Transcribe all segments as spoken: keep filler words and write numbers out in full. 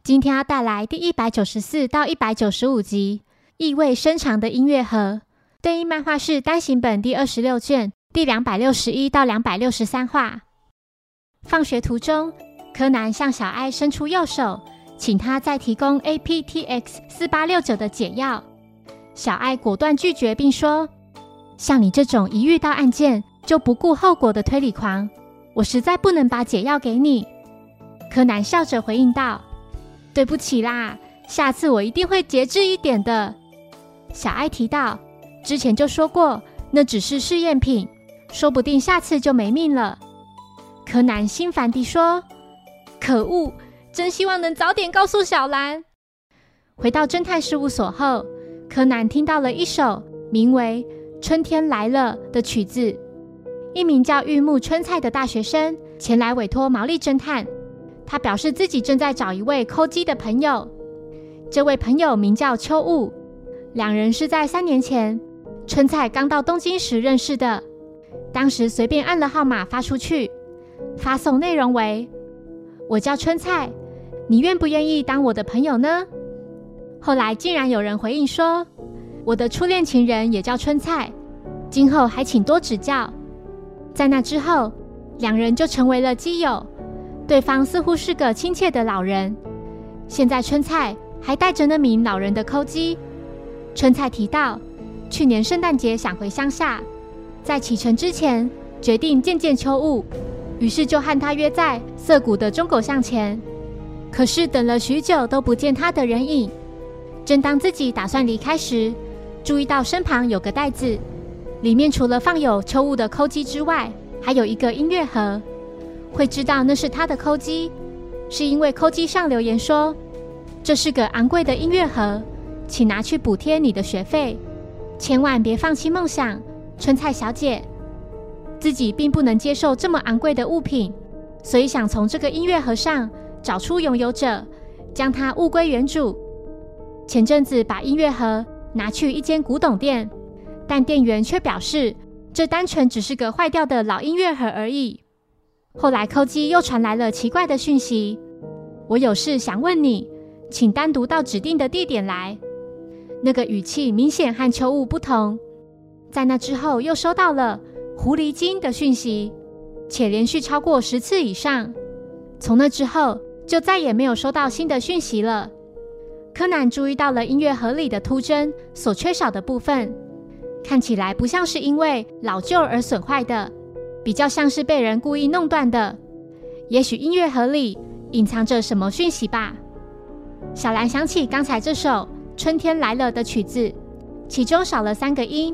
今天要带来第一百九十四到一百九十五集意味深长的音乐盒，对应漫画是单行本第二十六卷第两百六十一到两百六十三话。放学途中，柯南向小哀伸出右手，请他再提供 A P T X 四八六九 的解药。小哀果断拒绝，并说：像你这种一遇到案件就不顾后果的推理狂，我实在不能把解药给你。柯南笑着回应道：对不起啦，下次我一定会节制一点的。小哀提到，之前就说过，那只是试验品，说不定下次就没命了。柯南心烦地说：可恶，真希望能早点告诉小兰。回到侦探事务所后，柯南听到了一首名为《春天来了》的曲子。一名叫玉木春菜的大学生前来委托毛利侦探，他表示自己正在找一位抠机的朋友。这位朋友名叫秋雾，两人是在三年前春菜刚到东京时认识的。当时随便按了号码发出去，发送内容为：我叫春菜，你愿不愿意当我的朋友呢？后来竟然有人回应说：我的初恋情人也叫春菜，今后还请多指教。在那之后，两人就成为了基友，对方似乎是个亲切的老人。现在春菜还带着那名老人的抠机。春菜提到，去年圣诞节想回乡下，在启程之前决定见见秋雾，于是就和他约在涩谷的中狗巷前。可是等了许久都不见他的人影。正当自己打算离开时，注意到身旁有个袋子，里面除了放有秋雾的抠机之外，还有一个音乐盒。会知道那是他的抠机，是因为抠机上留言说：这是个昂贵的音乐盒，请拿去补贴你的学费，千万别放弃梦想，春菜小姐。自己并不能接受这么昂贵的物品，所以想从这个音乐盒上找出拥有者，将它物归原主。前阵子把音乐盒拿去一间古董店，但店员却表示这单纯只是个坏掉的老音乐盒而已。后来抠机又传来了奇怪的讯息：我有事想问你，请单独到指定的地点来。那个语气明显和秋雾不同。在那之后又收到了狐狸精的讯息，且连续超过十次以上。从那之后就再也没有收到新的讯息了。柯南注意到了音乐盒里的凸针所缺少的部分，看起来不像是因为老旧而损坏的，比较像是被人故意弄断的。也许音乐盒里隐藏着什么讯息吧。小兰想起刚才这首《春天来了》的曲子，其中少了三个音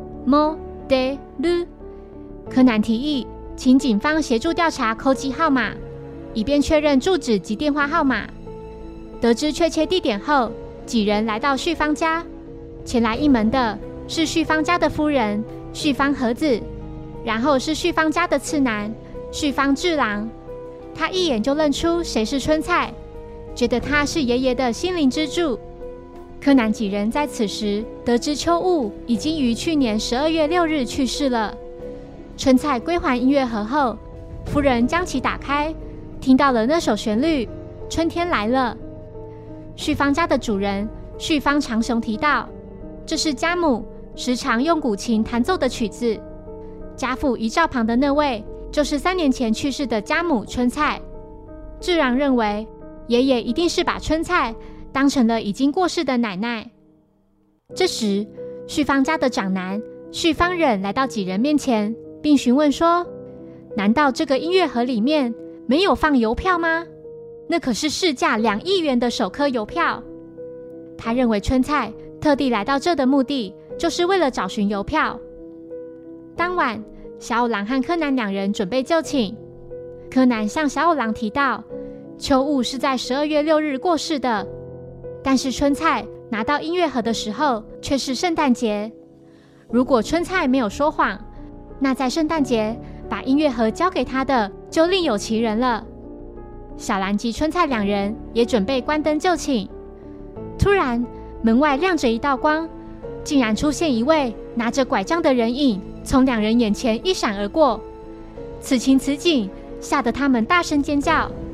mo de lu。 柯南提议请警方协助调查抠机号码，以便确认住址及电话号码。得知确切地点后，几人来到旭方家。前来应门的是旭方家的夫人旭方和子，然后是旭方家的次男旭方治郎。他一眼就认出谁是春菜，觉得他是爷爷的心灵支柱。柯南几人在此时得知秋雾已经于去年十二月六日去世了。春菜归还音乐盒后，夫人将其打开，听到了那首旋律《春天来了》。旭方家的主人旭方长雄提到，这是家母时常用古琴弹奏的曲子。家父遗照旁的那位就是三年前去世的家母春菜。治郎认为爷爷一定是把春菜当成了已经过世的奶奶。这时旭方家的长男旭方忍来到几人面前，并询问说：难道这个音乐盒里面没有放邮票吗？那可是市价两亿元的首颗邮票。他认为春菜特地来到这的目的就是为了找寻邮票。当晚，小五郎和柯南两人准备就寝。柯南向小五郎提到，秋雾是在十二月六日过世的，但是春菜拿到音乐盒的时候却是圣诞节。如果春菜没有说谎，那在圣诞节把音乐盒交给他的就另有其人了。小兰及春菜两人也准备关灯就寝。突然门外亮着一道光，竟然出现一位拿着拐杖的人影从两人眼前一闪而过。此情此景吓得他们大声尖叫。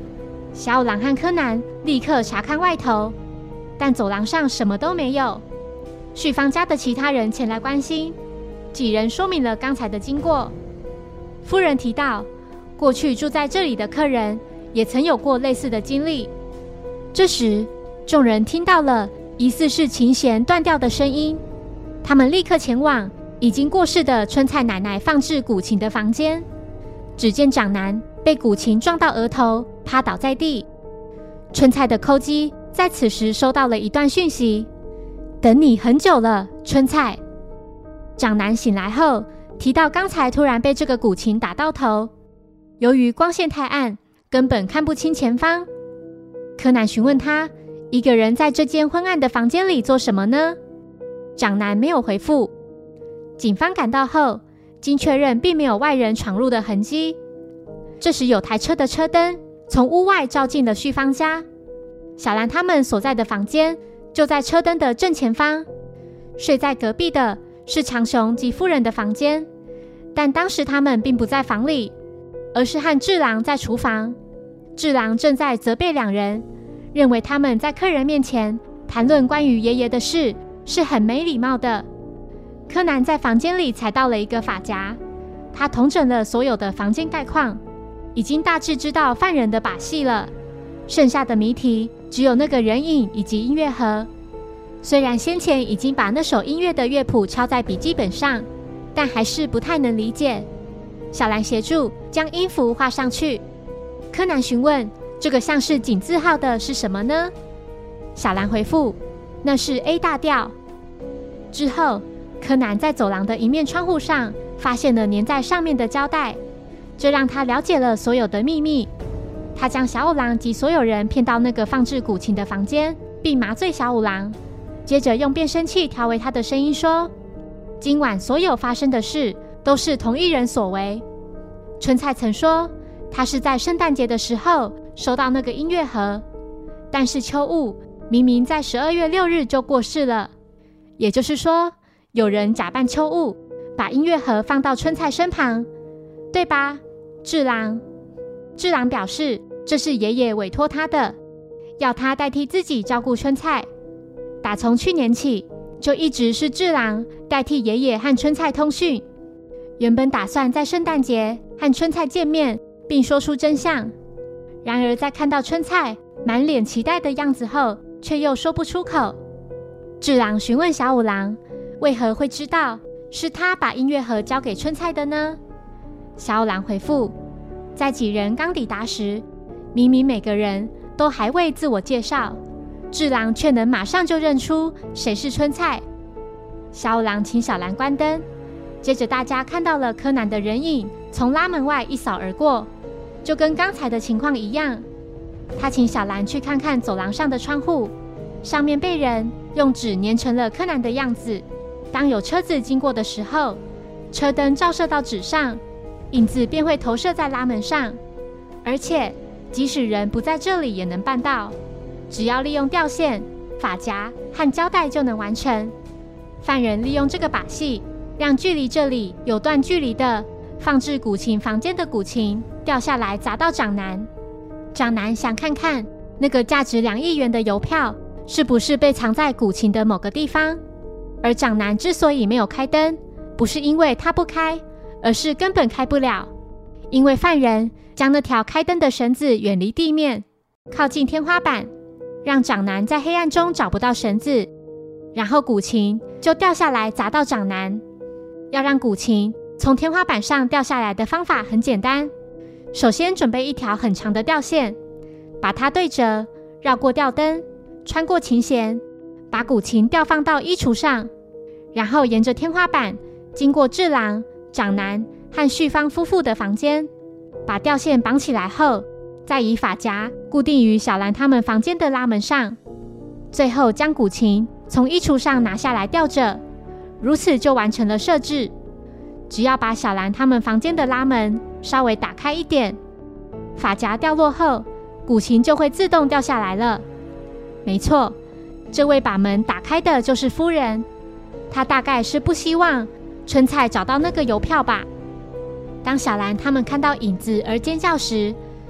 小五郎和柯南立刻查看外头，但走廊上什么都没有。旭芳家的其他人前来关心，几人说明了刚才的经过。夫人提到，过去住在这里的客人也曾有过类似的经历。这时，众人听到了疑似是琴弦断掉的声音，他们立刻前往已经过世的春菜奶奶放置古琴的房间。只见长男被古琴撞到额头，趴倒在地。春菜的扣机在此时收到了一段讯息：等你很久了，春菜。长男醒来后提到刚才突然被这个古琴打到头，由于光线太暗，根本看不清前方。柯南询问他，一个人在这间昏暗的房间里做什么呢？长男没有回复。警方赶到后，经确认并没有外人闯入的痕迹。这时有台车的车灯从屋外照进了旭芳家，小兰他们所在的房间就在车灯的正前方，睡在隔壁的是长雄及夫人的房间，但当时他们并不在房里，而是和治郎在厨房。治郎正在责备两人，认为他们在客人面前谈论关于爷爷的事是很没礼貌的。柯南在房间里采到了一个发夹，他统整了所有的房间概况，已经大致知道犯人的把戏了。剩下的谜题只有那个人影以及音乐盒。虽然先前已经把那首音乐的乐谱抄在笔记本上，但还是不太能理解。小兰协助将音符画上去。柯南询问，这个像是井字号的是什么呢？小兰回复，那是 A 大调。之后，柯南在走廊的一面窗户上发现了粘在上面的胶带，这让他了解了所有的秘密。他将小五郎及所有人骗到那个放置古琴的房间，并麻醉小五郎，接着用变声器调为他的声音说，今晚所有发生的事都是同一人所为。春菜曾说他是在圣诞节的时候收到那个音乐盒，但是秋雾明明在十二月六日就过世了，也就是说有人假扮秋雾，把音乐盒放到春菜身旁，对吧？治郎。治郎表示这是爷爷委托他的，要他代替自己照顾春菜。打从去年起，就一直是治郎代替爷爷和春菜通讯。原本打算在圣诞节和春菜见面，并说出真相。然而在看到春菜满脸期待的样子后，却又说不出口。治郎询问小五郎，为何会知道是他把音乐盒交给春菜的呢？小五郎回复，在几人刚抵达时，明明每个人都还未自我介绍，治郎却能马上就认出谁是春菜。小五郎请小兰关灯，接着大家看到了柯南的人影从拉门外一扫而过，就跟刚才的情况一样。他请小兰去看看走廊上的窗户，上面被人用纸粘成了柯南的样子。当有车子经过的时候，车灯照射到纸上，影子便会投射在拉门上。而且即使人不在这里也能办到，只要利用吊线、发夹和胶带就能完成。犯人利用这个把戏，让距离这里有段距离的放置古琴房间的古琴掉下来砸到长男。长男想看看那个价值两亿元的邮票是不是被藏在古琴的某个地方。而长男之所以没有开灯，不是因为他不开，而是根本开不了，因为犯人将那条开灯的绳子远离地面，靠近天花板，让长男在黑暗中找不到绳子，然后古琴就掉下来砸到长男。要让古琴从天花板上掉下来的方法很简单，首先准备一条很长的吊线，把它对折，绕过吊灯，穿过琴弦，把古琴吊放到衣橱上，然后沿着天花板经过治郎、长男和旭芳夫妇的房间，把吊线绑起来后，再以发夹固定于小兰他们房间的拉门上，最后将古琴从衣橱上拿下来吊着，如此就完成了设置。只要把小兰他们房间的拉门稍微打开一点，发夹掉落后，古琴就会自动掉下来了。没错，这位把门打开的就是夫人，她大概是不希望春菜找到那个邮票吧。当小兰他们看到影子而尖叫时，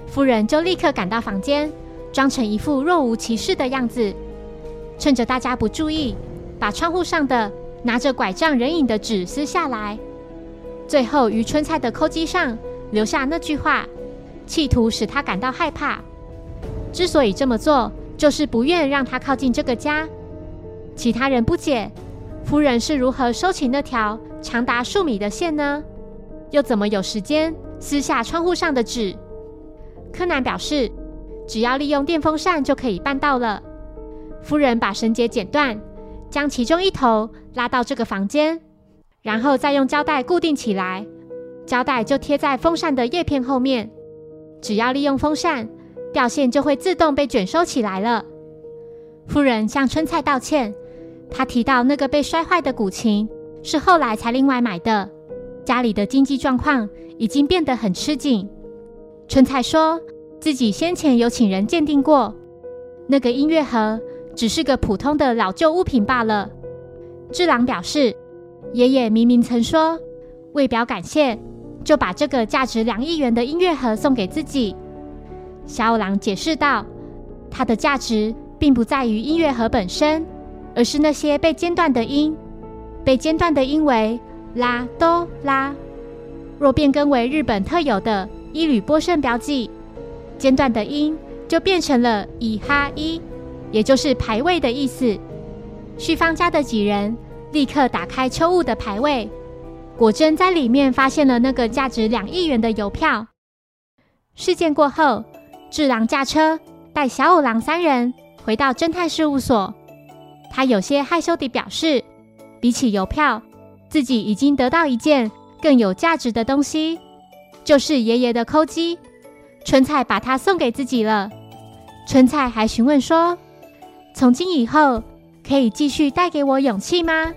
夫人就立刻赶到房间，装成一副若无其事的样子，趁着大家不注意，把窗户上的拿着拐杖人影的纸撕下来，最后于春菜的扣机上留下那句话，企图使他感到害怕。之所以这么做，就是不愿让他靠近这个家。其他人不解，夫人是如何收起那条长达数米的线呢？又怎么有时间撕下窗户上的纸？柯南表示，只要利用电风扇就可以办到了。夫人把绳结剪断，将其中一头拉到这个房间，然后再用胶带固定起来，胶带就贴在风扇的叶片后面。只要利用风扇，吊线就会自动被卷收起来了。夫人向春菜道歉，她提到那个被摔坏的古琴是后来才另外买的，家里的经济状况已经变得很吃紧。春菜说自己先前有请人鉴定过，那个音乐盒只是个普通的老旧物品罢了。治郎表示，爷爷明明曾说为表感谢，就把这个价值两亿元的音乐盒送给自己。小五郎解释道，它的价值并不在于音乐盒本身，而是那些被间断的音。被间断的音为拉、哆、拉，若变更为日本特有的一缕波胜标记，间断的音就变成了以哈一，也就是牌位的意思。旭方家的几人立刻打开秋物的牌位，果真在里面发现了那个价值两亿元的邮票。事件过后，治郎驾车带小五郎三人回到侦探事务所。他有些害羞地表示，比起邮票，自己已经得到一件更有价值的东西，就是爷爷的扣机。春菜把它送给自己了。春菜还询问说，从今以后可以继续带给我勇气吗？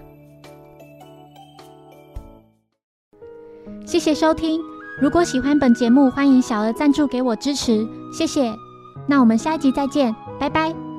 谢谢收听，如果喜欢本节目，欢迎小额赞助给我支持，谢谢。那我们下一集再见，拜拜。